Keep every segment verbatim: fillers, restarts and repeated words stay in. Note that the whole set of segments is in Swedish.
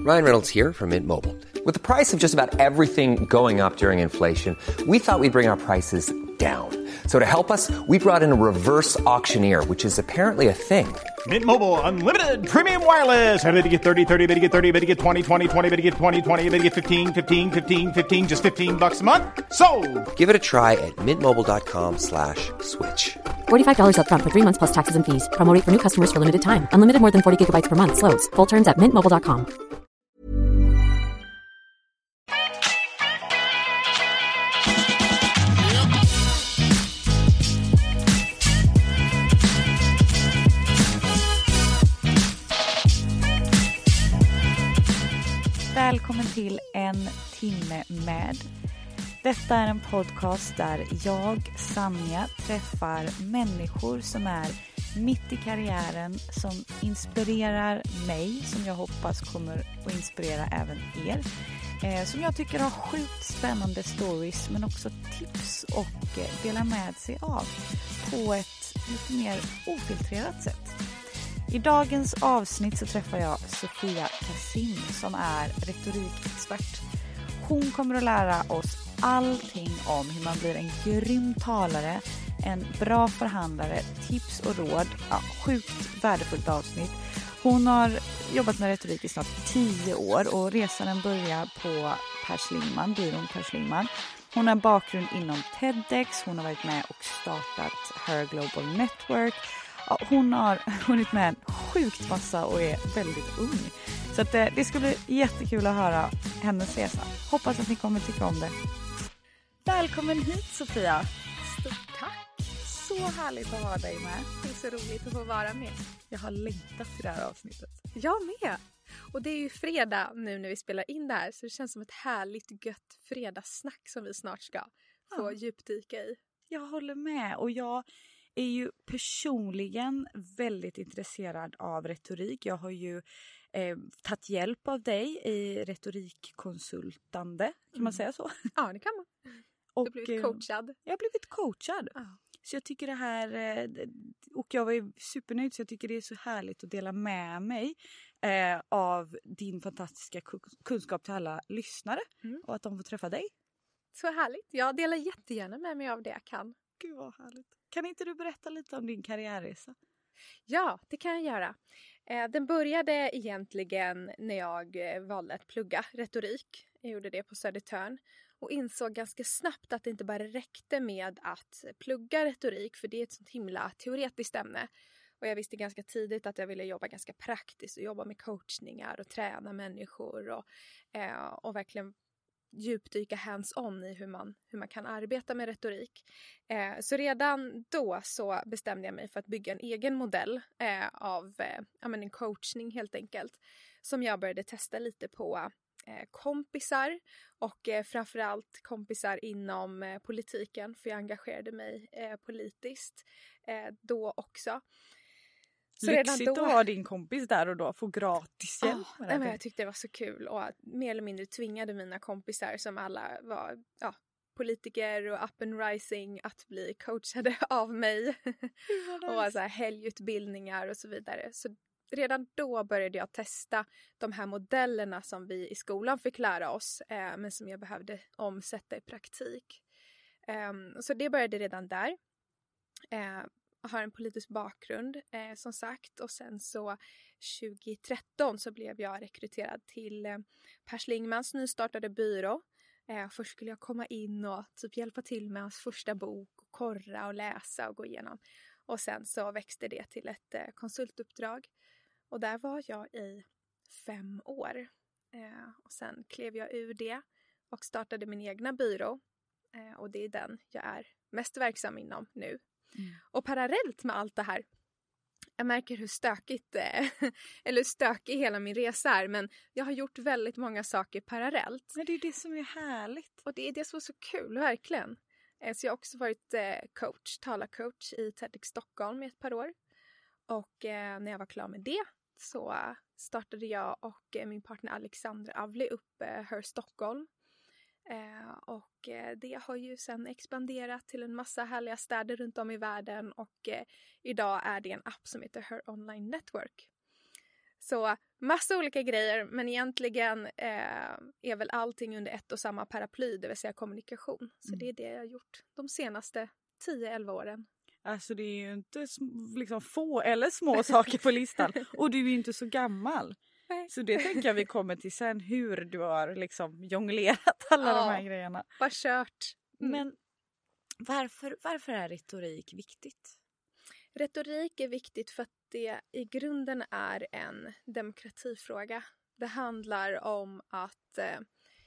Ryan Reynolds here from Mint Mobile. With the price of just about everything going up during inflation, we thought we'd bring our prices down. So to help us, we brought in a reverse auctioneer, which is apparently a thing. Mint Mobile Unlimited Premium Wireless. How to get thirty, thirty, how to get thirty, how to get twenty, twenty, twenty, how to get twenty, twenty, how to get fifteen, fifteen, fifteen, fifteen, just fifteen bucks a month? Sold! Give it a try at mintmobile.com slash switch. forty-five dollars up front for three months plus taxes and fees. Promo rate for new customers for limited time. Unlimited more than forty gigabytes per month. Slows full terms at mint mobile dot com. Välkommen till En timme med. Detta är en podcast där jag, Sanja, träffar människor som är mitt i karriären, som inspirerar mig, som jag hoppas kommer att inspirera även er. Eh, som jag tycker har sjukt spännande stories, men också tips och eh, delar med sig av på ett lite mer ofiltrerat sätt. I dagens avsnitt så träffar jag Sofia Kasim som är retorikexpert. Hon kommer att lära oss allting om hur man blir en grym talare, en bra förhandlare, tips och råd. Ja, sjukt värdefullt avsnitt. Hon har jobbat med retorik i snart tio år och resan börjar på Per Schlingmann, byrån Per Schlingmann. Hon har bakgrund inom TEDx, hon har varit med och startat Her Global Network. Ja, hon har hunnit med en sjukt massa och är väldigt ung. Så att, eh, det ska bli jättekul att höra hennes resa. Hoppas att ni kommer tycka om det. Välkommen hit, Sofia. Stort tack. Så härligt att ha dig med. Det är så roligt att få vara med. Jag har längtat till det här avsnittet. Jag med. Och det är ju fredag nu när vi spelar in det här. Så det känns som ett härligt gött fredagssnack som vi snart ska få ja. djupdyka i. Jag håller med. Och jag är ju personligen väldigt intresserad av retorik. Jag har ju eh, tagit hjälp av dig i retorikkonsultande. Kan mm. man säga så? Ja, det kan man. Och, du har blivit coachad. Jag har blivit coachad. Ja. Så jag tycker det här, och jag var ju supernöjd, så jag tycker det är så härligt att dela med mig eh, av din fantastiska kunskap till alla lyssnare. Mm. Och att de får träffa dig. Så härligt. Jag delar jättegärna med mig av det jag kan. Gud vad härligt. Kan inte du berätta lite om din karriärresa? Ja, det kan jag göra. Eh, den började egentligen när jag eh, valde att plugga retorik. Jag gjorde det på Södertörn. Och insåg ganska snabbt att det inte bara räckte med att plugga retorik. För det är ett sånt himla teoretiskt ämne. Och jag visste ganska tidigt att jag ville jobba ganska praktiskt. Och jobba med coachningar och träna människor. Och, eh, och verkligen djupdyka hands-on i hur man, hur man kan arbeta med retorik. Eh, så redan då så bestämde jag mig för att bygga en egen modell eh, av eh, ja, men en coachning helt enkelt. Som jag började testa lite på eh, kompisar och eh, framförallt kompisar inom eh, politiken. För jag engagerade mig eh, politiskt eh, då också. Så lyxigt då, att ha din kompis där och då få gratis hjälp. Oh, nej, men jag tyckte det var så kul och mer eller mindre tvingade mina kompisar som alla var ja, politiker och up and rising att bli coachade av mig. Och så här helgutbildningar och så vidare. Så redan då började jag testa de här modellerna som vi i skolan fick lära oss eh, men som jag behövde omsätta i praktik. Um, så det började redan där. Eh, har en politisk bakgrund eh, som sagt och sen så tjugo tretton så blev jag rekryterad till eh, Per Schlingmanns nystartade byrå. Eh, först skulle jag komma in och typ hjälpa till med hans första bok och korra och läsa och gå igenom. Och sen så växte det till ett eh, konsultuppdrag och där var jag i fem år. Eh, och sen klev jag ur det och startade min egna byrå eh, och det är den jag är mest verksam inom nu. Mm. Och parallellt med allt det här, jag märker hur stökigt, eh, eller hur stökig hela min resa är, men jag har gjort väldigt många saker parallellt. Men det är det som är härligt. Och det är det som är så kul, verkligen. Eh, så jag har också varit eh, coach, talarcoach i TEDx Stockholm i ett par år. Och eh, när jag var klar med det så startade jag och eh, min partner Alexandra Avli upp eh, Her Stockholm. Eh, och eh, det har ju sen expanderat till en massa härliga städer runt om i världen och eh, idag är det en app som heter Her Online Network. Så massa olika grejer, men egentligen eh, är väl allting under ett och samma paraply, det vill säga kommunikation. Så mm. det är det jag har gjort de senaste tio elva åren. Alltså det är ju inte liksom få eller små saker på listan. Och du är ju inte så gammal. Nej. Så det tänker jag vi kommer till sen, hur du har liksom jonglerat alla ja, de här grejerna. Bara kört. Mm. Men varför, varför är retorik viktigt? Retorik är viktigt för att det i grunden är en demokratifråga. Det handlar om att eh,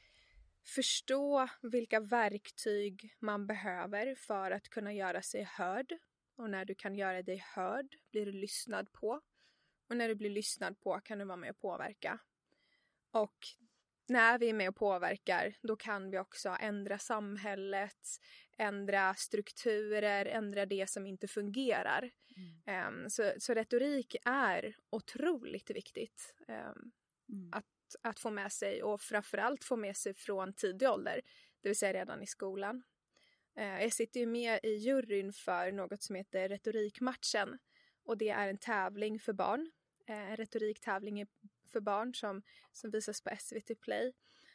förstå vilka verktyg man behöver för att kunna göra sig hörd. Och när du kan göra dig hörd blir du lyssnad på. Och när du blir lyssnad på kan du vara med och påverka. Och när vi är med och påverkar, då kan vi också ändra samhället, ändra strukturer, ändra det som inte fungerar. Mm. Um, så, så retorik är otroligt viktigt um, mm. att, att få med sig, och framförallt få med sig från tidig ålder, det vill säga redan i skolan. Uh, jag sitter ju med i juryn för något som heter Retorikmatchen, och det är en tävling för barn. En retoriktävling för barn som, som visas på S V T Play.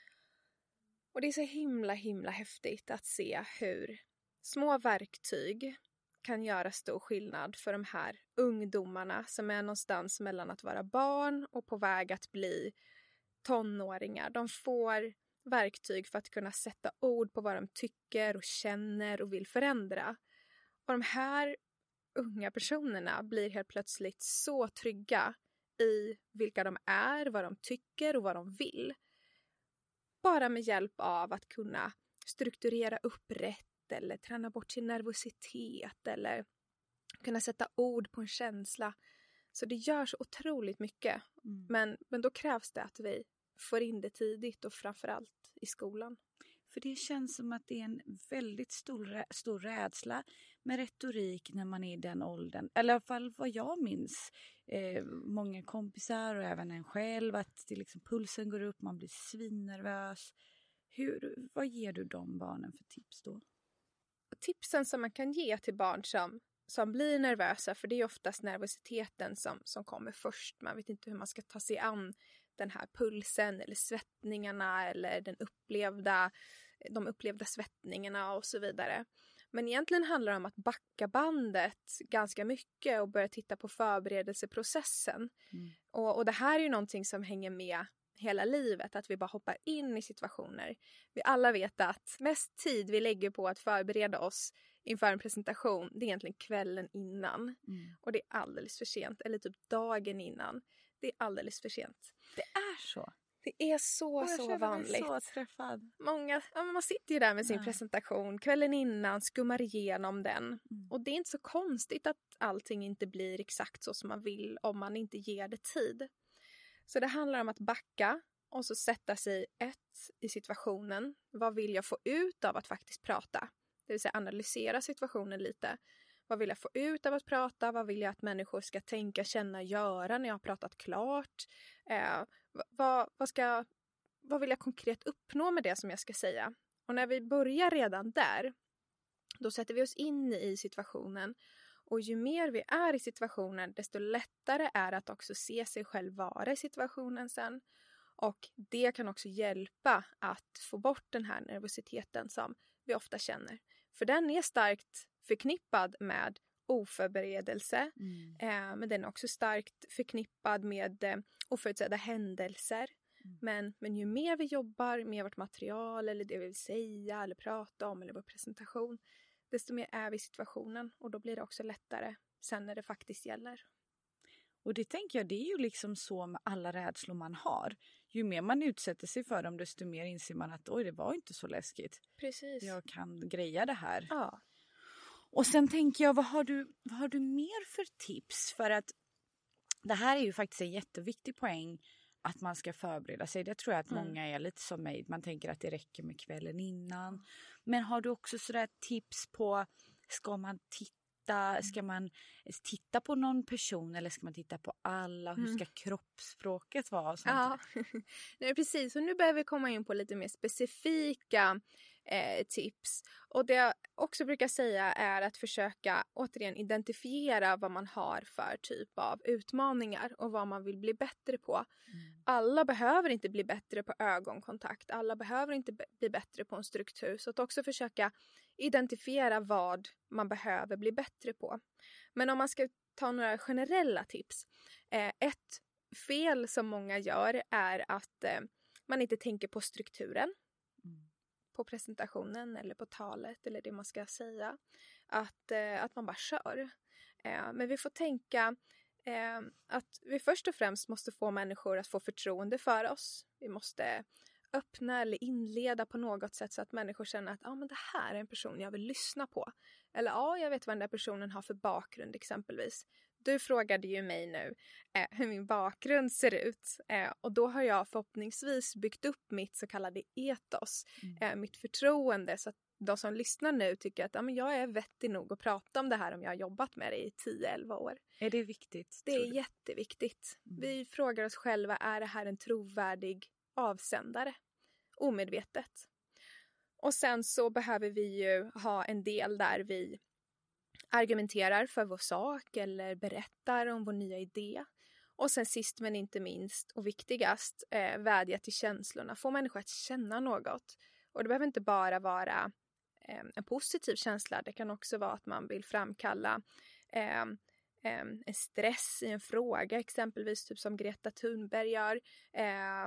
Och det är så himla himla häftigt att se hur små verktyg kan göra stor skillnad för de här ungdomarna som är någonstans mellan att vara barn och på väg att bli tonåringar. De får verktyg för att kunna sätta ord på vad de tycker och känner och vill förändra. Och de här unga personerna blir helt plötsligt så trygga i vilka de är, vad de tycker och vad de vill. Bara med hjälp av att kunna strukturera upp rätt eller träna bort sin nervositet eller kunna sätta ord på en känsla. Så det gör så otroligt mycket. Mm. Men, men då krävs det att vi får in det tidigt och framförallt i skolan. För det känns som att det är en väldigt stor, stor rädsla med retorik när man är i den åldern. Eller i alla fall vad jag minns. Eh, många kompisar och även en själv. Att det liksom, pulsen går upp, man blir svinnervös. Hur, vad ger du de barnen för tips då? Tipsen som man kan ge till barn som, som blir nervösa. För det är oftast nervositeten som, som kommer först. Man vet inte hur man ska ta sig an den här pulsen eller svettningarna eller den upplevda, de upplevda svettningarna och så vidare. Men egentligen handlar det om att backa bandet ganska mycket och börja titta på förberedelseprocessen. Mm. Och, och det här är ju någonting som hänger med hela livet, att vi bara hoppar in i situationer. Vi alla vet att mest tid vi lägger på att förbereda oss inför en presentation, det är egentligen kvällen innan. Mm. Och det är alldeles för sent, eller typ dagen innan. Det är alldeles för sent. Det är så. Det är så, jag så vanligt. Jag så träffad. Många, ja, man sitter ju där med sin ja. presentation kvällen innan, skummar igenom den. Mm. Och det är inte så konstigt att allting inte blir exakt så som man vill om man inte ger det tid. Så det handlar om att backa och så sätta sig ett i situationen. Vad vill jag få ut av att faktiskt prata? Det vill säga analysera situationen lite. Vad vill jag få ut av att prata? Vad vill jag att människor ska tänka, känna, göra när jag har pratat klart? Eh, vad, vad, ska, vad vill jag konkret uppnå med det som jag ska säga? Och när vi börjar redan där, då sätter vi oss in i situationen. Och ju mer vi är i situationen, desto lättare är det att också se sig själv vara i situationen sen. Och det kan också hjälpa att få bort den här nervositeten som vi ofta känner. För den är starkt förknippad med oförberedelse. Mm. Eh, men den är också starkt förknippad med eh, oförutsedda händelser. Mm. Men, men ju mer vi jobbar med vårt material eller det vi vill säga eller prata om eller vår presentation, desto mer är vi i situationen. Och då blir det också lättare sen när det faktiskt gäller. Och det tänker jag, det är ju liksom så med alla rädslor man har. Ju mer man utsätter sig för dem, desto mer inser man att oj, det var inte så läskigt. Precis. Jag kan greja det här. Ja. Och sen tänker jag, vad har du, vad har du mer för tips? För att det här är ju faktiskt en jätteviktig poäng, att man ska förbereda sig. Det tror jag att mm. många är lite som mig. Man tänker att det räcker med kvällen innan. Men har du också sådär tips på, ska man titta? Ska man titta på någon person eller ska man titta på alla? Hur ska mm. kroppsspråket vara? Och sånt? Ja, nej, precis. Och nu behöver vi komma in på lite mer specifika eh, tips. Och det jag också brukar säga är att försöka återigen identifiera vad man har för typ av utmaningar och vad man vill bli bättre på. Mm. Alla behöver inte bli bättre på ögonkontakt. Alla behöver inte be- bli bättre på en struktur. Så att också försöka identifiera vad man behöver bli bättre på. Men om man ska ta några generella tips. Eh, ett fel som många gör är att eh, man inte tänker på strukturen. Mm. På presentationen eller på talet eller det man ska säga. Att, eh, att man bara kör. Eh, men vi får tänka eh, att vi först och främst måste få människor att få förtroende för oss. Vi måste öppna eller inleda på något sätt så att människor känner att ah, men det här är en person jag vill lyssna på. Eller ja, ah, jag vet vad den där personen har för bakgrund exempelvis. Du frågade ju mig nu eh, hur min bakgrund ser ut. Eh, och då har jag förhoppningsvis byggt upp mitt så kallade etos. Mm. Eh, mitt förtroende så att de som lyssnar nu tycker att ah, men jag är vettig nog att prata om det här om jag har jobbat med det i tio elva år. Är det viktigt? Det är jätteviktigt. Mm. Vi frågar oss själva, är det här en trovärdig avsändare? Omedvetet. Och sen så behöver vi ju ha en del där vi argumenterar för vår sak eller berättar om vår nya idé. Och sen sist men inte minst och viktigast eh, vädja till känslorna. Få människor att känna något. Och det behöver inte bara vara eh, en positiv känsla. Det kan också vara att man vill framkalla eh, eh, en stress i en fråga. Exempelvis typ som Greta Thunberg gör. Eh,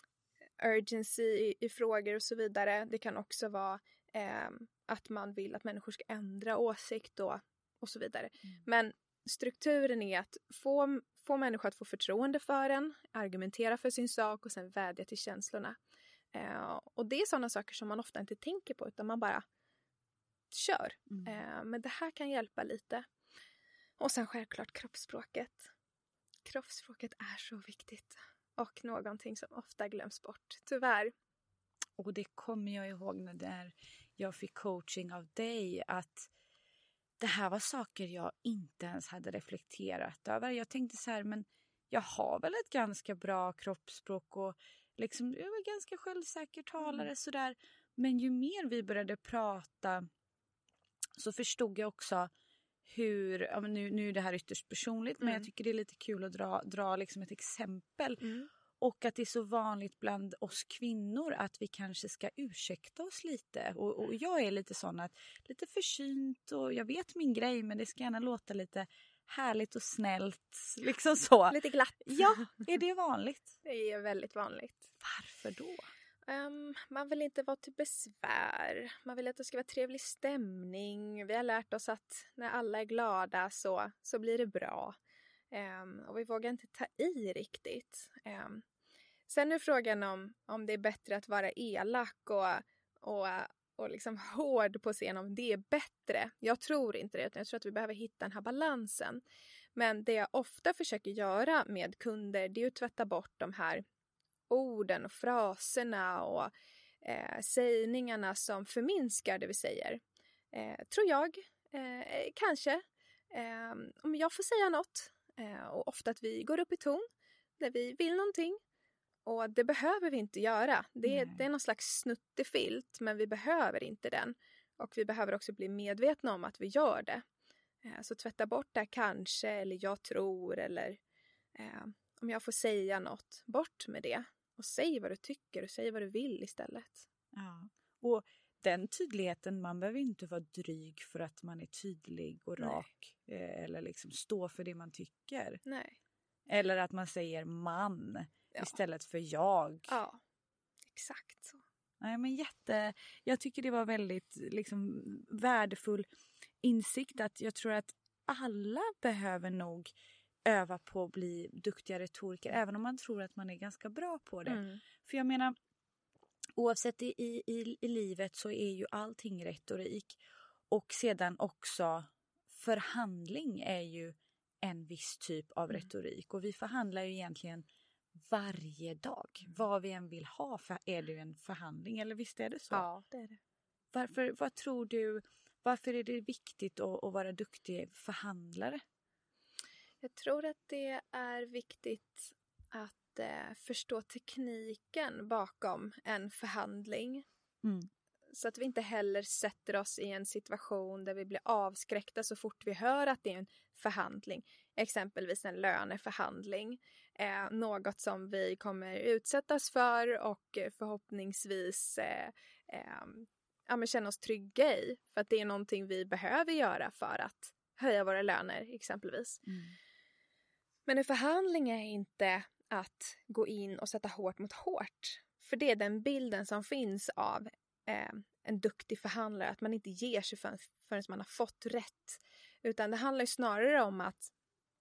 urgency i, i frågor och så vidare. Det kan också vara eh, att man vill att människor ska ändra åsikt och, och så vidare. Mm. Men strukturen är att få, få människor att få förtroende för en, argumentera för sin sak och sen vädja till känslorna. Eh, och det är sådana saker som man ofta inte tänker på utan man bara kör. Mm. Eh, men det här kan hjälpa lite. Och sen självklart kroppsspråket. Kroppsspråket är så viktigt. Och någonting som ofta glöms bort, tyvärr. Och det kommer jag ihåg när jag fick coaching av dig. Att det här var saker jag inte ens hade reflekterat över. Jag tänkte så här, men jag har väl ett ganska bra kroppsspråk. Och liksom, jag var ganska självsäker talare mm. sådär. Men ju mer vi började prata så förstod jag också hur, ja, men nu, nu är det här ytterst personligt mm. men jag tycker det är lite kul att dra, dra liksom ett exempel. Mm. Och att det är så vanligt bland oss kvinnor att vi kanske ska ursäkta oss lite. Och, och jag är lite sån att lite försynt och jag vet min grej men det ska gärna låta lite härligt och snällt. Liksom så. Lite glatt. Ja, är det vanligt? Det är väldigt vanligt. Varför då? Um, man vill inte vara till besvär. Man vill att det ska vara trevlig stämning. Vi har lärt oss att när alla är glada så, så blir det bra. Um, och vi vågar inte ta i riktigt. Um, sen är frågan om, om det är bättre att vara elak och, och, och liksom hård på scen. Om det är bättre. Jag tror inte det. Jag tror att vi behöver hitta den här balansen. Men det jag ofta försöker göra med kunder det är att tvätta bort de här orden och fraserna och eh, sägningarna som förminskar det vi säger. Eh, tror jag. Eh, kanske. Eh, om jag får säga något. Eh, och ofta att vi går upp i ton. Där vi vill någonting. Och det behöver vi inte göra. Det är, det är någon slags snuttefilt. Men vi behöver inte den. Och vi behöver också bli medvetna om att vi gör det. Eh, så tvätta bort det kanske. Eller jag tror. Eller eh, om jag får säga något. Bort med det. Och säg vad du tycker och säg vad du vill istället. Ja, och den tydligheten, man behöver inte vara dryg för att man är tydlig och rak. Nej. Eller liksom stå för det man tycker. Nej. Eller att man säger man ja. Istället för jag. Ja, exakt så. Nej, men jätte, jag tycker det var väldigt liksom, värdefull insikt att jag tror att alla behöver nog öva på att bli duktiga retoriker. Även om man tror att man är ganska bra på det. Mm. För jag menar, oavsett i, i, i livet så är ju allting retorik. Och sedan också förhandling är ju en viss typ av mm. retorik. Och vi förhandlar ju egentligen varje dag. Mm. Vad vi än vill ha för, är det ju en förhandling. Eller visst är det så? Ja, det är det. Varför, vad tror du, varför är det viktigt att, att vara duktig förhandlare? Jag tror att det är viktigt att eh, förstå tekniken bakom en förhandling. Mm. så att vi inte heller sätter oss i en situation där vi blir avskräckta så fort vi hör att det är en förhandling. Exempelvis en löneförhandling. Eh, något som vi kommer utsättas för och förhoppningsvis eh, eh, ja, men känna oss trygga i. För att det är någonting vi behöver göra för att höja våra löner exempelvis. Mm. Men en förhandling är inte att gå in och sätta hårt mot hårt. För det är den bilden som finns av eh, en duktig förhandlare. Att man inte ger sig förrän, förrän man har fått rätt. Utan det handlar ju snarare om att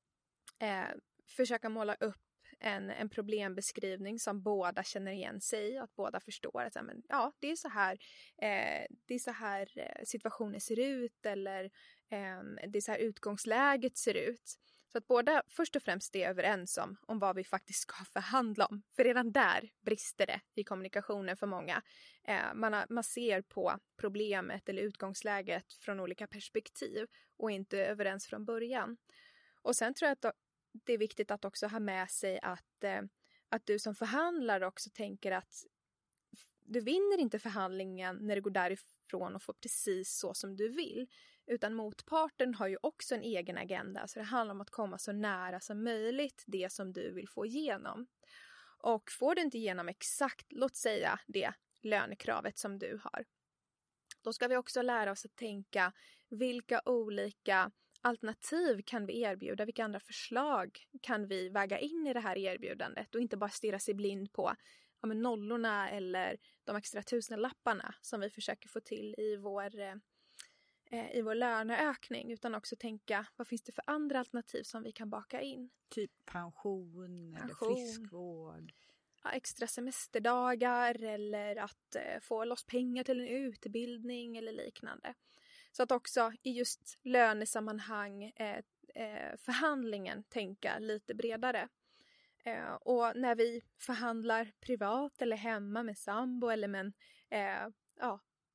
eh, försöka måla upp en, en problembeskrivning som båda känner igen sig i. Att båda förstår att men, ja, det är så här, eh, det är så här eh, situationen ser ut. Eller eh, det är så här utgångsläget ser ut. Så att båda först och främst är överens om, om vad vi faktiskt ska förhandla om. För redan där brister det i kommunikationen för många. Eh, man, har, man ser på problemet eller utgångsläget från olika perspektiv och inte överens från början. Och sen tror jag att det är viktigt att också ha med sig att, eh, att du som förhandlare också tänker att du vinner inte förhandlingen när du går därifrån och får precis så som du vill. Utan motparten har ju också en egen agenda. Så det handlar om att komma så nära som möjligt det som du vill få igenom. Och får du inte igenom exakt, låt säga det lönekravet som du har. Då ska vi också lära oss att tänka vilka olika alternativ kan vi erbjuda? Vilka andra förslag kan vi väga in i det här erbjudandet? Och inte bara stirra sig blind på ja, men nollorna eller de extra tusenlapparna som vi försöker få till i vår... Eh, i vår löneökning, utan också tänka vad finns det för andra alternativ som vi kan baka in. Typ pension, pension. eller friskvård. Ja, extra semesterdagar eller att eh, få loss pengar till en utbildning eller liknande. Så att också i just lönesammanhang eh, eh, förhandlingen tänka lite bredare. Eh, och när vi förhandlar privat eller hemma med sambo eller med eh, ja,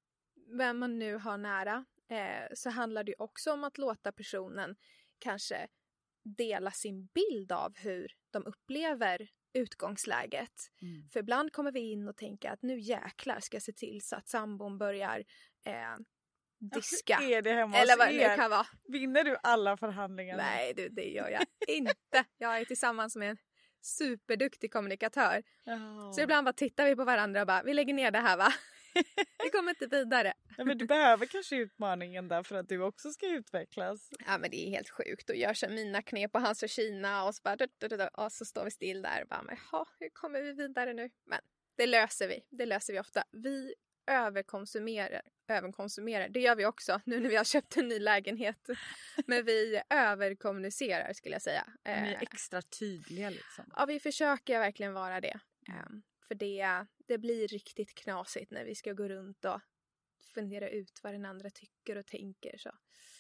vem man nu har nära. Eh, så handlar det också om att låta personen kanske dela sin bild av hur de upplever utgångsläget. Mm. För ibland kommer vi in och tänker att nu jäklar ska jag se till så att sambon börjar eh, diska. Är det hemma eller vad er? det kan vara. Vinner du alla förhandlingar? Nej, du, det gör jag inte. Jag är tillsammans med en superduktig kommunikatör. Oh. Så ibland bara tittar vi på varandra och bara, vi lägger ner det här va? Vi kommer inte vidare. Ja, men du behöver kanske utmaningen där för att du också ska utvecklas. Ja, men det är helt sjukt. Och gör så mina knep på hans och Kina och så bara och så står vi still där och bara, men ja, hur kommer vi vidare nu? Men det löser vi. Det löser vi ofta. Vi överkonsumerar. Överkonsumerar. Det gör vi också nu när vi har köpt en ny lägenhet. Men vi överkommunicerar skulle jag säga. Ni är extra tydliga liksom. Ja, vi försöker verkligen vara det. Um, för det, det blir riktigt knasigt när vi ska gå runt och fundera ut vad den andra tycker och tänker. Så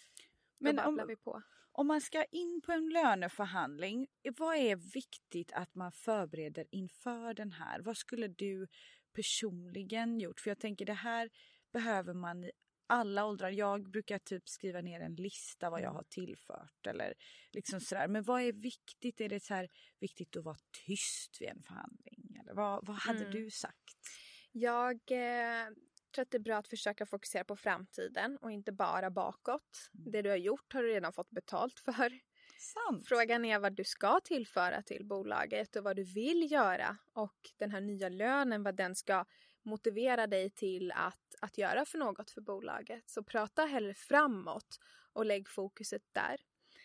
men om, vi på. om man ska in på en löneförhandling, vad är viktigt att man förbereder inför den här? Vad skulle du personligen gjort? För jag tänker det här behöver man i alla åldrar. Jag brukar typ skriva ner en lista vad jag har tillfört eller liksom sådär. Men vad är viktigt? Är det så här viktigt att vara tyst vid en förhandling? Eller vad, vad hade mm. du sagt? Jag eh, tror att det är bra att försöka fokusera på framtiden och inte bara bakåt. Mm. Det du har gjort har du redan fått betalt för. Sant. Frågan är vad du ska tillföra till bolaget och vad du vill göra. Och den här nya lönen, vad den ska motivera dig till att, att göra för något för bolaget. Så prata hellre framåt och lägg fokuset där.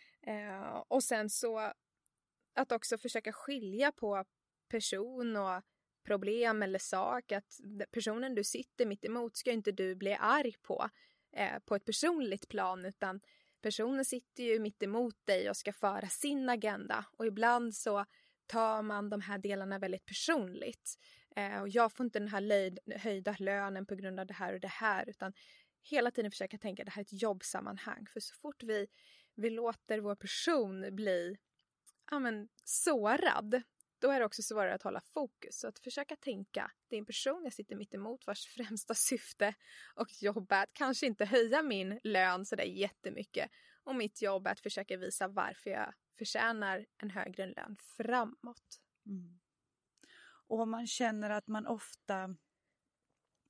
Eh, och sen så att också försöka skilja på person och problem eller sak. Att personen du sitter mitt emot ska inte du bli arg på eh, på ett personligt plan, utan personen sitter ju mitt emot dig och ska föra sin agenda. Och ibland så tar man de här delarna väldigt personligt. Eh, och jag får inte den här löjd, höjda lönen på grund av det här och det här. Utan hela tiden försöka tänka att det här är ett jobbsammanhang. För så fort vi, vi låter vår person bli ja, men, sårad. Då är det också svårare att hålla fokus. Så att försöka tänka, det är en person jag sitter mitt emot vars främsta syfte och jobb är att kanske inte höja min lön så där jättemycket. Och mitt jobb är att försöka visa varför jag förtjänar en högre lön framåt. Mm. Och om man känner att man ofta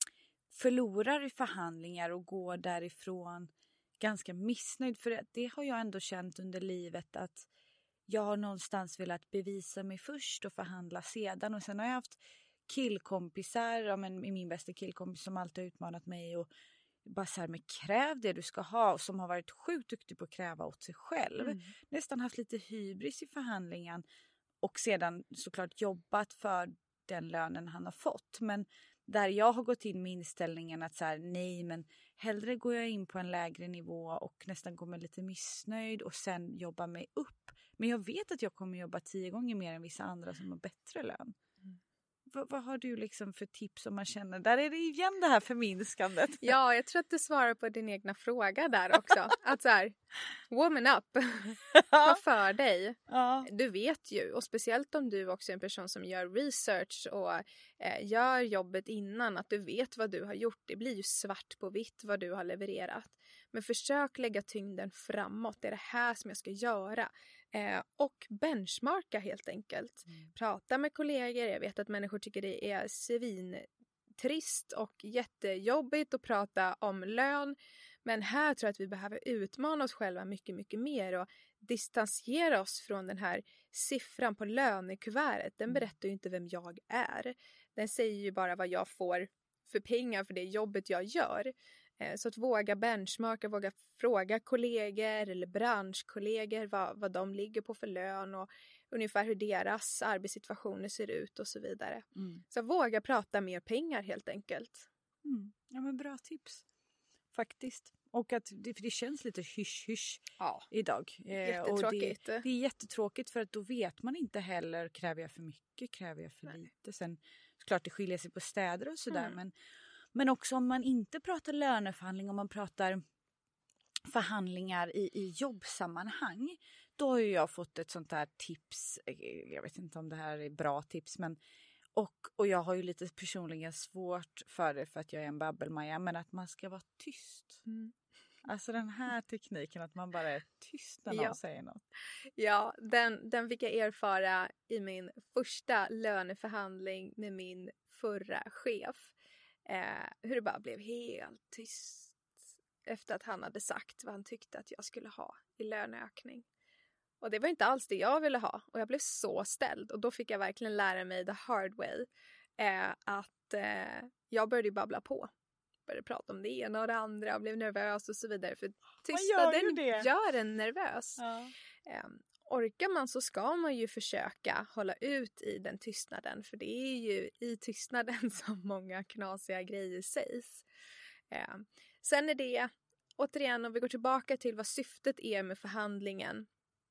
förlorar i förhandlingar och går därifrån ganska missnöjd. För det har jag ändå känt under livet att jag har någonstans velat bevisa mig först och förhandla sedan. Och sen har jag haft killkompisar, ja, men min bästa killkompis som alltid har utmanat mig och bara så här, med kräv det du ska ha, och som har varit sjukt duktig på att kräva åt sig själv. Mm. Nästan haft lite hybris i förhandlingen och sedan såklart jobbat för den lönen han har fått. Men där jag har gått in med inställningen att så här, nej, men hellre går jag in på en lägre nivå och nästan går med lite missnöjd och sen jobbar mig upp. Men jag vet att jag kommer jobba tio gånger mer än vissa andra som har bättre lön. Mm. V- vad har du liksom för tips om man känner, där är det igen det här förminskandet. Ja, jag tror att du svarar på din egna fråga där också. Att så här, woman up, ta för dig. Ja. Du vet ju, och speciellt om du också är en person som gör research och eh, gör jobbet innan, att du vet vad du har gjort. Det blir ju svart på vitt vad du har levererat. Men försök lägga tyngden framåt, det är det här som jag ska göra. Eh, och benchmarka helt enkelt. Mm. Prata med kollegor. Jag vet att människor tycker det är svintrist och jättejobbigt att prata om lön. Men här tror jag att vi behöver utmana oss själva mycket, mycket mer och distansiera oss från den här siffran på lönekuvertet. Den berättar ju inte vem jag är. Den säger ju bara vad jag får för pengar för det jobbet jag gör. Så att våga benchmarka, våga fråga kollegor eller branschkollegor vad, vad de ligger på för lön och ungefär hur deras arbetssituationer ser ut och så vidare. Mm. Så våga prata mer pengar helt enkelt. Mm. Ja, men bra tips. Faktiskt. Och att det, för det känns lite hysch-hysch ja. idag. Jättetråkigt. Och det, det är jättetråkigt för att då vet man inte heller, kräver jag för mycket, kräver jag för Nej. lite. Sen såklart det skiljer sig på städer och sådär, mm. men Men också om man inte pratar löneförhandling, om man pratar förhandlingar i, i jobbsammanhang. Då har ju jag fått ett sånt här tips. Jag vet inte om det här är bra tips. Men, och, och jag har ju lite personligen svårt för det för att jag är en babbelmaja. Men att man ska vara tyst. Mm. Alltså den här tekniken att man bara är tyst när någon ja. säger något. Ja, den, den fick jag erfara i min första löneförhandling med min förra chef. Eh, hur det bara blev helt tyst efter att han hade sagt vad han tyckte att jag skulle ha i löneökning. Och det var inte alls det jag ville ha. Och jag blev så ställd. Och då fick jag verkligen lära mig the hard way. Eh, att eh, jag började babbla på. Började prata om det ena och det andra och blev nervös och så vidare. För tystnaden gör, gör en nervös. Ja. Eh, orkar man så ska man ju försöka hålla ut i den tystnaden. För det är ju i tystnaden som många knasiga grejer sägs. Eh, sen är det, återigen om vi går tillbaka till vad syftet är med förhandlingen.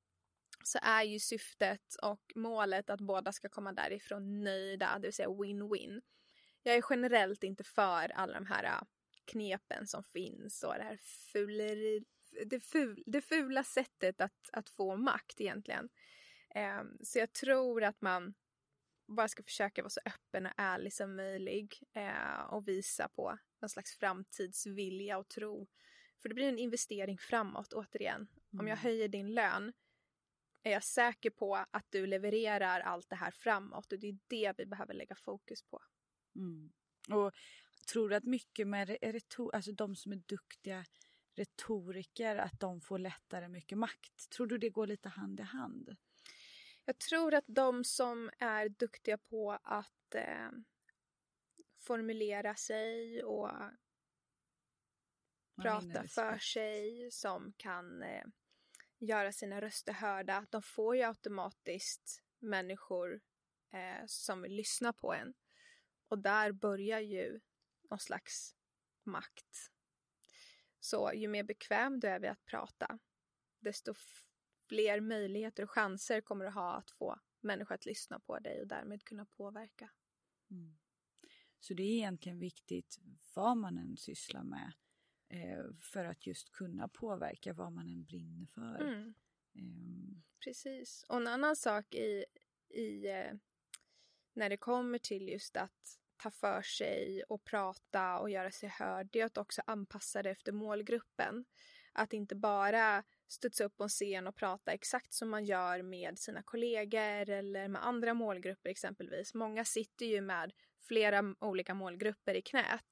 Så är ju syftet och målet att båda ska komma därifrån nöjda, det vill säga win-win. Jag är generellt inte för alla de här knepen som finns och det här fuleri, det, ful, det fula sättet att, att få makt egentligen. Eh, så jag tror att man bara ska försöka vara så öppen och ärlig som möjligt eh, och visa på någon slags framtidsvilja och tro. För det blir en investering framåt återigen. Mm. Om jag höjer din lön är jag säker på att du levererar allt det här framåt och det är det vi behöver lägga fokus på. Mm. Och tror du att mycket med retor- alltså de som är duktiga retoriker, att de får lättare mycket makt? Tror du det går lite hand i hand? Jag tror att de som är duktiga på att eh, formulera sig och prata för sig, som kan eh, göra sina röster hörda, de får ju automatiskt människor eh, som vill lyssna på en. Och där börjar ju någon slags makt. Så ju mer bekväm du är vid att prata, desto fler möjligheter och chanser kommer du ha att få människor att lyssna på dig och därmed kunna påverka. Mm. Så det är egentligen viktigt vad man än sysslar med eh, för att just kunna påverka vad man än brinner för. Mm. Um. Precis. Och en annan sak i, i eh, när det kommer till just att ta för sig och prata och göra sig hörd, det är att också anpassa det efter målgruppen. Att inte bara studsa upp på en scen och prata exakt som man gör med sina kollegor eller med andra målgrupper exempelvis. Många sitter ju med flera olika målgrupper i knät.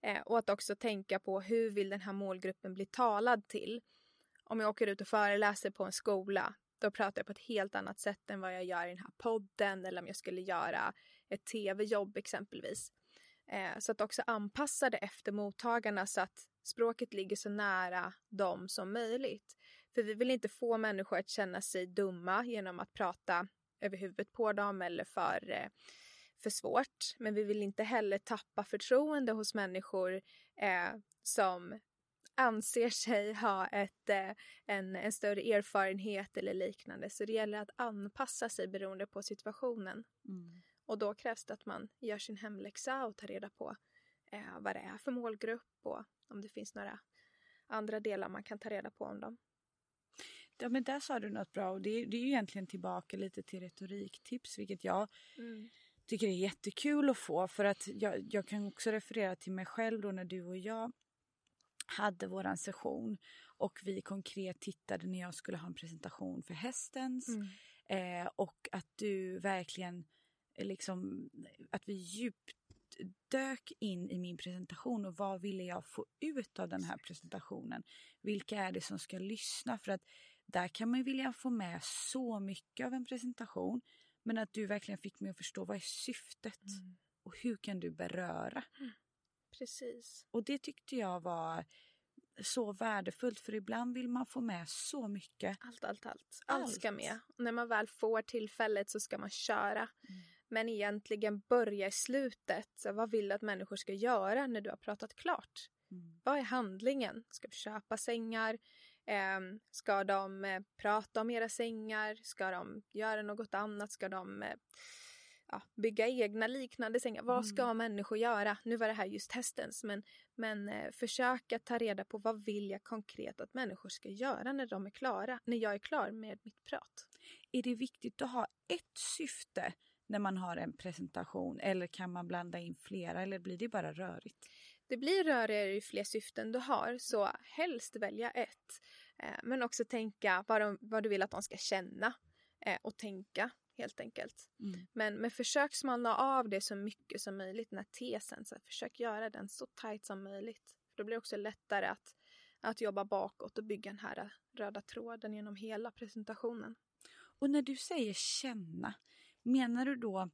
Eh, och att också tänka på hur vill den här målgruppen bli talad till. Om jag åker ut och föreläser på en skola, då pratar jag på ett helt annat sätt än vad jag gör i den här podden. Eller om jag skulle göra ett tv-jobb exempelvis. Eh, så att också anpassa det efter mottagarna så att språket ligger så nära dem som möjligt. För vi vill inte få människor att känna sig dumma genom att prata över huvudet på dem eller för, eh, för svårt. Men vi vill inte heller tappa förtroende hos människor eh, som anser sig ha ett, eh, en, en större erfarenhet eller liknande. Så det gäller att anpassa sig beroende på situationen. Mm. Och då krävs det att man gör sin hemläxa och tar reda på eh, vad det är för målgrupp och om det finns några andra delar man kan ta reda på om dem. Ja, men där sa du något bra och det, det är ju egentligen tillbaka lite till retoriktips, vilket jag mm. tycker är jättekul att få. För att jag, jag kan också referera till mig själv då när du och jag hade våran session och vi konkret tittade när jag skulle ha en presentation för hästens mm. eh, och att du verkligen liksom, att vi djupt dök in i min presentation och vad ville jag få ut av den här presentationen. Vilka är det som ska lyssna? För att där kan man vilja få med så mycket av en presentation, men att du verkligen fick mig att förstå vad är syftet mm. och hur kan du beröra. Mm. Precis. Och det tyckte jag var så värdefullt, för ibland vill man få med så mycket. Allt, allt, allt. Allt, allt ska med. Och när man väl får tillfället så ska man köra. Mm. Men egentligen börja i slutet. Så vad vill du att människor ska göra när du har pratat klart? Mm. Vad är handlingen? Ska du köpa sängar? Eh, ska de eh, prata om era sängar? Ska de göra något annat? Ska de eh, ja, bygga egna liknande sängar? Mm. Vad ska människor göra? Nu var det här just hästens. Men, men eh, försöka ta reda på vad vill jag konkret att människor ska göra när de är klara? När jag är klar med mitt prat. Är det viktigt att ha ett syfte när man har en presentation, eller kan man blanda in flera, eller blir det bara rörigt? Det blir rörigare ju fler syften du har, så helst välja ett. Eh, men också tänka vad, de, vad du vill att de ska känna eh, och tänka helt enkelt. Mm. Men, men försök smalna av det så mycket som möjligt, den här tesen, så försök göra den så tajt som möjligt. För då blir det också lättare att, att jobba bakåt och bygga den här röda tråden genom hela presentationen. Och när du säger känna, menar du då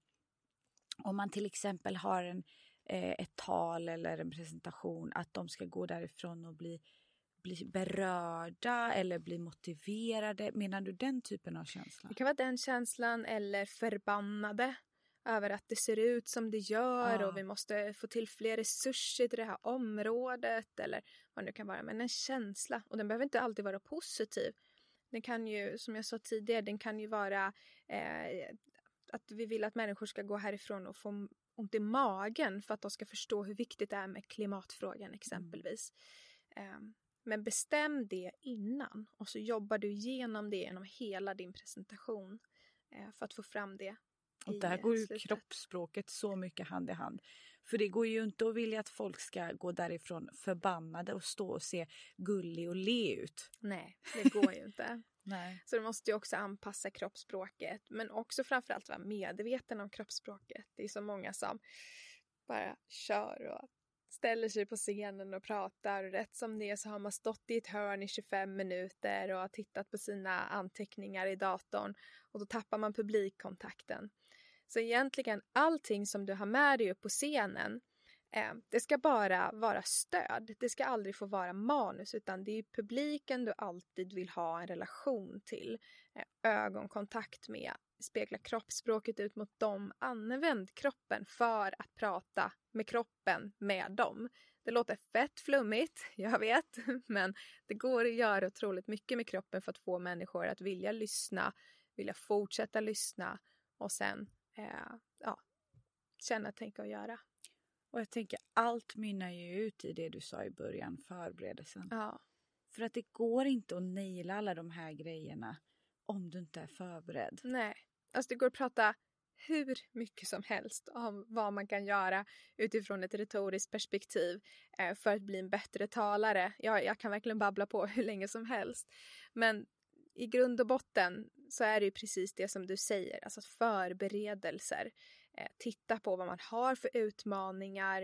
om man till exempel har en, eh, ett tal eller en presentation att de ska gå därifrån och bli, bli berörda eller bli motiverade? Menar du den typen av känsla? Det kan vara den känslan, eller förbannade över att det ser ut som det gör ah. och vi måste få till fler resurser till det här området eller vad det kan vara. Men en känsla, och den behöver inte alltid vara positiv. Den kan ju, som jag sa tidigare, den kan ju vara eh, att vi vill att människor ska gå härifrån och få ont i magen för att de ska förstå hur viktigt det är med klimatfrågan exempelvis. Mm. Um, men bestäm det innan och så jobbar du igenom det genom hela din presentation uh, för att få fram det. Och där går ju slutet. Kroppsspråket så mycket hand i hand. För det går ju inte att vilja att folk ska gå därifrån förbannade och stå och se gullig och le ut. Nej, det går ju inte. Nej. Så du måste ju också anpassa kroppsspråket. Men också framförallt vara medveten om kroppsspråket. Det är så många som bara kör och ställer sig på scenen och pratar. Och rätt som det så har man stått i ett hörn i tjugofem minuter och har tittat på sina anteckningar i datorn. Och då tappar man publikkontakten. Så egentligen allting som du har med dig upp på scenen, eh, det ska bara vara stöd. Det ska aldrig få vara manus, utan det är publiken du alltid vill ha en relation till. Eh, ögonkontakt med, spegla kroppsspråket ut mot dem. Använd kroppen för att prata med kroppen med dem. Det låter fett flummigt, jag vet, men det går att göra otroligt mycket med kroppen för att få människor att vilja lyssna, vilja fortsätta lyssna och sen eh, ja, känna, tänka och göra. Och jag tänker, allt mynnar ju ut i det du sa i början, förberedelsen. Ja. För att det går inte att naila alla de här grejerna om du inte är förberedd. Nej, alltså det går att prata hur mycket som helst om vad man kan göra utifrån ett retoriskt perspektiv eh, för att bli en bättre talare. Jag, jag kan verkligen babbla på hur länge som helst. Men i grund och botten så är det ju precis det som du säger, alltså förberedelser. Eh, titta på vad man har för utmaningar,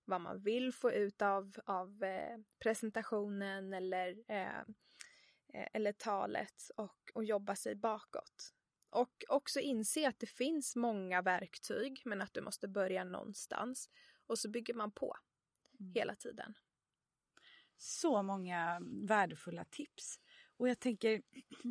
vad man vill få ut av, av eh, presentationen eller, eh, eller talet och, och jobba sig bakåt. Och också inse att det finns många verktyg men att du måste börja någonstans. Och så bygger man på mm. hela tiden. Så många värdefulla tips. Och jag tänker,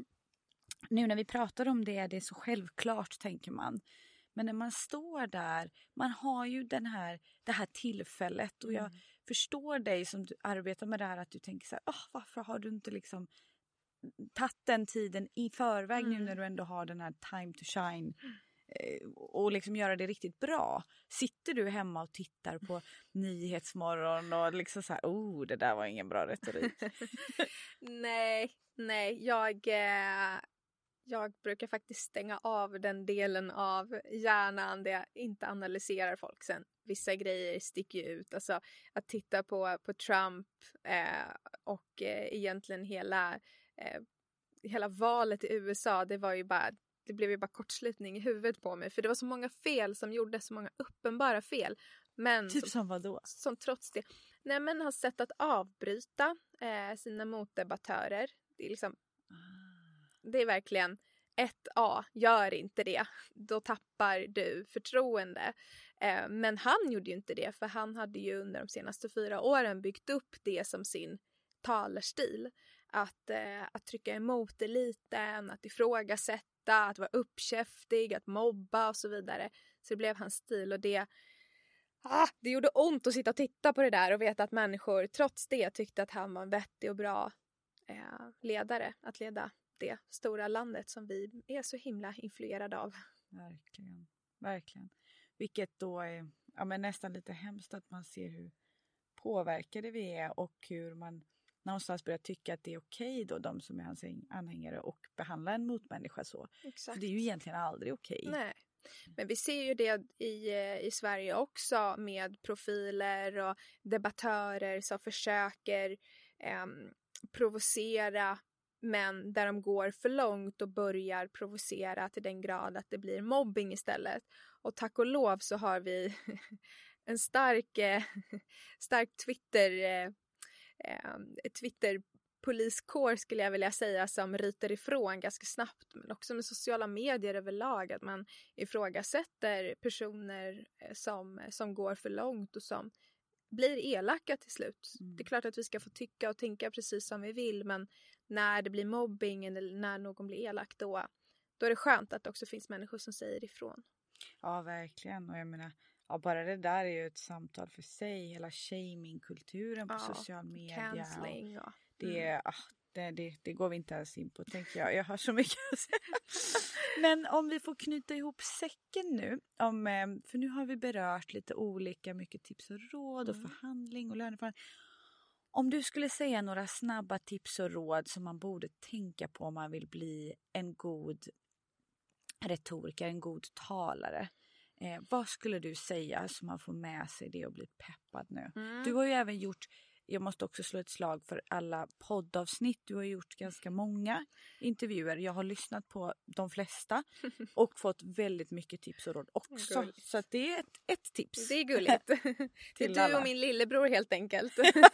nu när vi pratar om det, det är så självklart tänker man. Men när man står där, man har ju den här, det här tillfället. Och jag mm. förstår dig som du arbetar med det här att du tänker så här, oh, varför har du inte liksom tagit den tiden i förväg mm. nu när du ändå har den här time to shine eh, och liksom göra det riktigt bra. Sitter du hemma och tittar på Nyhetsmorgon och liksom så här, oh det där var ingen bra retorik. nej, nej, jag, eh, jag brukar faktiskt stänga av den delen av hjärnan där jag inte analyserar folk sen. Vissa grejer sticker ut, alltså att titta på, på Trump eh, och eh, egentligen hela Eh, hela valet i U S A, det var ju bara, det blev ju bara kortslutning i huvudet på mig. För det var så många fel som gjorde så många uppenbara fel. Men typ som, som vad då? Som trots det, nej men har sett att avbryta eh, sina motdebattörer. Det är liksom, ah. det är verkligen ett A, gör inte det. Då tappar du förtroende. Eh, men han gjorde ju inte det, för han hade ju under de senaste fyra åren byggt upp det som sin talerstil. Att, eh, att trycka emot eliten, att ifrågasätta, att vara uppkäftig, att mobba och så vidare. Så det blev hans stil och det, ah, det gjorde ont att sitta och titta på det där och veta att människor trots det tyckte att han var en vettig och bra eh, ledare att leda det stora landet som vi är så himla influerade av. Verkligen, verkligen. Vilket då är ja, men nästan lite hemskt att man ser hur påverkade vi är och hur man någonstans börjar tycka att det är okej då, de som är hans anhängare, och behandla en motmänniska så. Exakt. För det är ju egentligen aldrig okej. Nej. Men vi ser ju det i, i Sverige också med profiler och debattörer som försöker eh, provocera, men där de går för långt och börjar provocera till den grad att det blir mobbing istället. Och tack och lov så har vi en stark, eh, stark Twitter eh, eh, Twitter-poliskår skulle jag vilja säga, som ryter ifrån ganska snabbt, men också med sociala medier överlag, att man ifrågasätter personer som, som går för långt och som blir elaka till slut. Mm. Det är klart att vi ska få tycka och tänka precis som vi vill, men när det blir mobbing eller när någon blir elak, då, då är det skönt att det också finns människor som säger ifrån. Ja, verkligen. Och jag menar, ja, bara det där är ju ett samtal för sig. Hela shamingkulturen på ja, social media. Cancelling. Ja. Det, mm. ah, det, det, det går vi inte ens in på, tänker jag. Jag har så mycket att säga. Men om vi får knyta ihop säcken nu. Om, för nu har vi berört lite olika, mycket tips och råd och mm. förhandling och löneförhandling. Om du skulle säga några snabba tips och råd som man borde tänka på om man vill bli en god retoriker, en god talare. Eh, vad skulle du säga så man får med sig det och blir peppad nu? Mm. Du har ju även gjort, jag måste också slå ett slag för alla poddavsnitt. Du har gjort ganska många intervjuer. Jag har lyssnat på de flesta och fått väldigt mycket tips och råd också. Gulligt. Så att det är ett, ett tips. Det är gulligt. Det är du alla. Och min lillebror helt enkelt.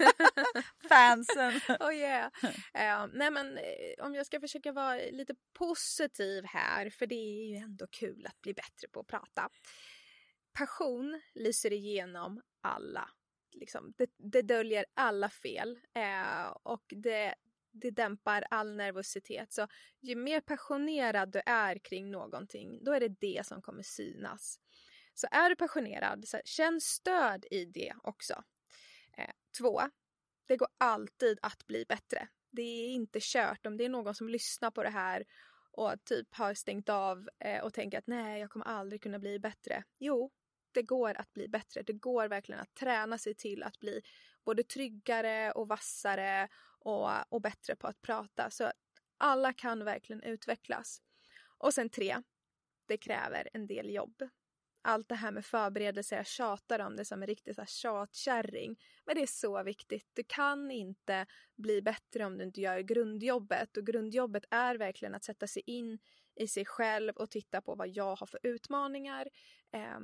Fansen. Oh yeah. uh, nej men om jag ska försöka vara lite positiv här, för det är ju ändå kul att bli bättre på att prata. Passion lyser igenom alla. Liksom, det, det döljer alla fel eh, och det, det dämpar all nervositet. Så ju mer passionerad du är kring någonting, då är det det som kommer synas. Så är du passionerad, så känn stöd i det också. Eh, två, det går alltid att bli bättre. Det är inte kört. Om det är någon som lyssnar på det här och typ har stängt av eh, och tänker att nej, jag kommer aldrig kunna bli bättre. Jo, det går att bli bättre. Det går verkligen att träna sig till att bli både tryggare och vassare och, och bättre på att prata. Så alla kan verkligen utvecklas. Och sen tre, det kräver en del jobb. Allt det här med förberedelser, jag tjatar om det som en riktigt så här tjatkärring. Men det är så viktigt. Du kan inte bli bättre om du inte gör grundjobbet. Och grundjobbet är verkligen att sätta sig in i sig själv och titta på vad jag har för utmaningar. Eh,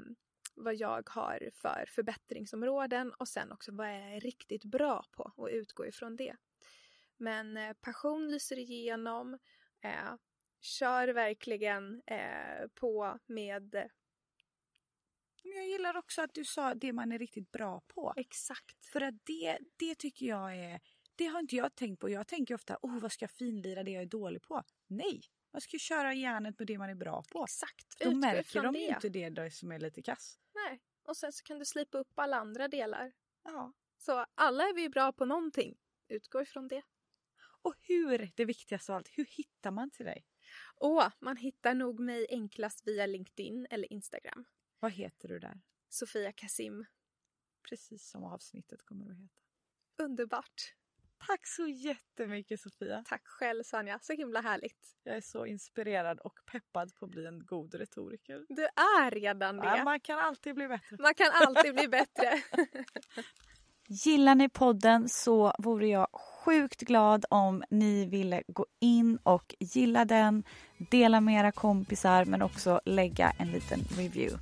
vad jag har för förbättringsområden och sen också vad jag är riktigt bra på och utgå ifrån det. Men eh, passion lyser igenom, eh, kör verkligen eh, på med... Jag gillar också att du sa det man är riktigt bra på. Exakt. För att det, det tycker jag är, det har inte jag tänkt på. Jag tänker ofta, oh vad ska jag finlira det jag är dålig på? Nej, man ska köra hjärnet med det man är bra på. Exakt. Då märker de ju inte det där som är lite kass. Nej, och sen så kan du slipa upp alla andra delar. Ja. Så alla är vi bra på någonting. Utgå ifrån det. Och hur, det viktigaste av allt, hur hittar man till dig? Åh, man hittar nog mig enklast via LinkedIn eller Instagram. Vad heter du där? Sofia Kasim. Precis som avsnittet kommer att heta. Underbart. Tack så jättemycket Sofia. Tack själv Sanja, så himla härligt. Jag är så inspirerad och peppad på att bli en god retoriker. Du är redan det. Ja, man kan alltid bli bättre. Man kan alltid bli bättre. Gillar ni podden så vore jag sjukt glad om ni ville gå in och gilla den, dela med era kompisar men också lägga en liten review.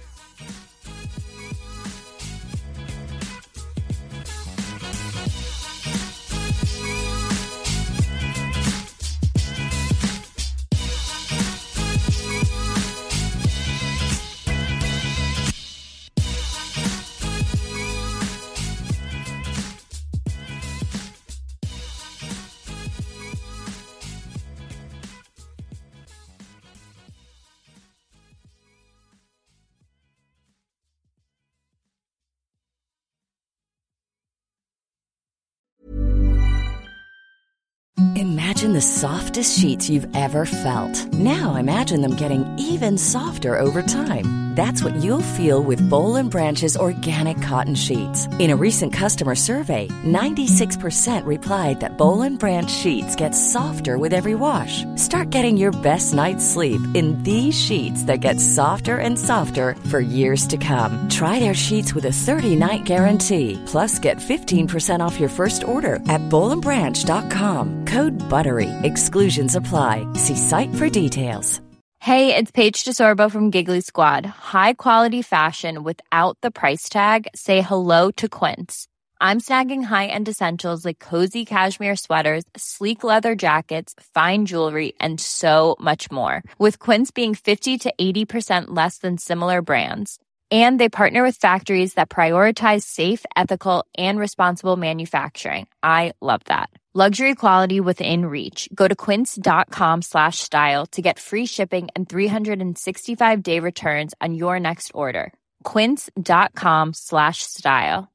Imagine the softest sheets you've ever felt. Now imagine them getting even softer over time. That's what you'll feel with Boll and Branch's organic cotton sheets. In a recent customer survey, ninety-six percent replied that Boll and Branch sheets get softer with every wash. Start getting your best night's sleep in these sheets that get softer and softer for years to come. Try their sheets with a thirty-night guarantee. Plus, get fifteen percent off your first order at boll and branch dot com. Code BUTTERY. Exclusions apply. See site for details. Hey, it's Paige DeSorbo from Giggly Squad. High quality fashion without the price tag. Say hello to Quince. I'm snagging high-end essentials like cozy cashmere sweaters, sleek leather jackets, fine jewelry, and so much more. With Quince being fifty to eighty percent less than similar brands. And they partner with factories that prioritize safe, ethical, and responsible manufacturing. I love that. Luxury quality within reach. Go to quince.com slash style to get free shipping and three sixty-five day returns on your next order. Quince.com slash style.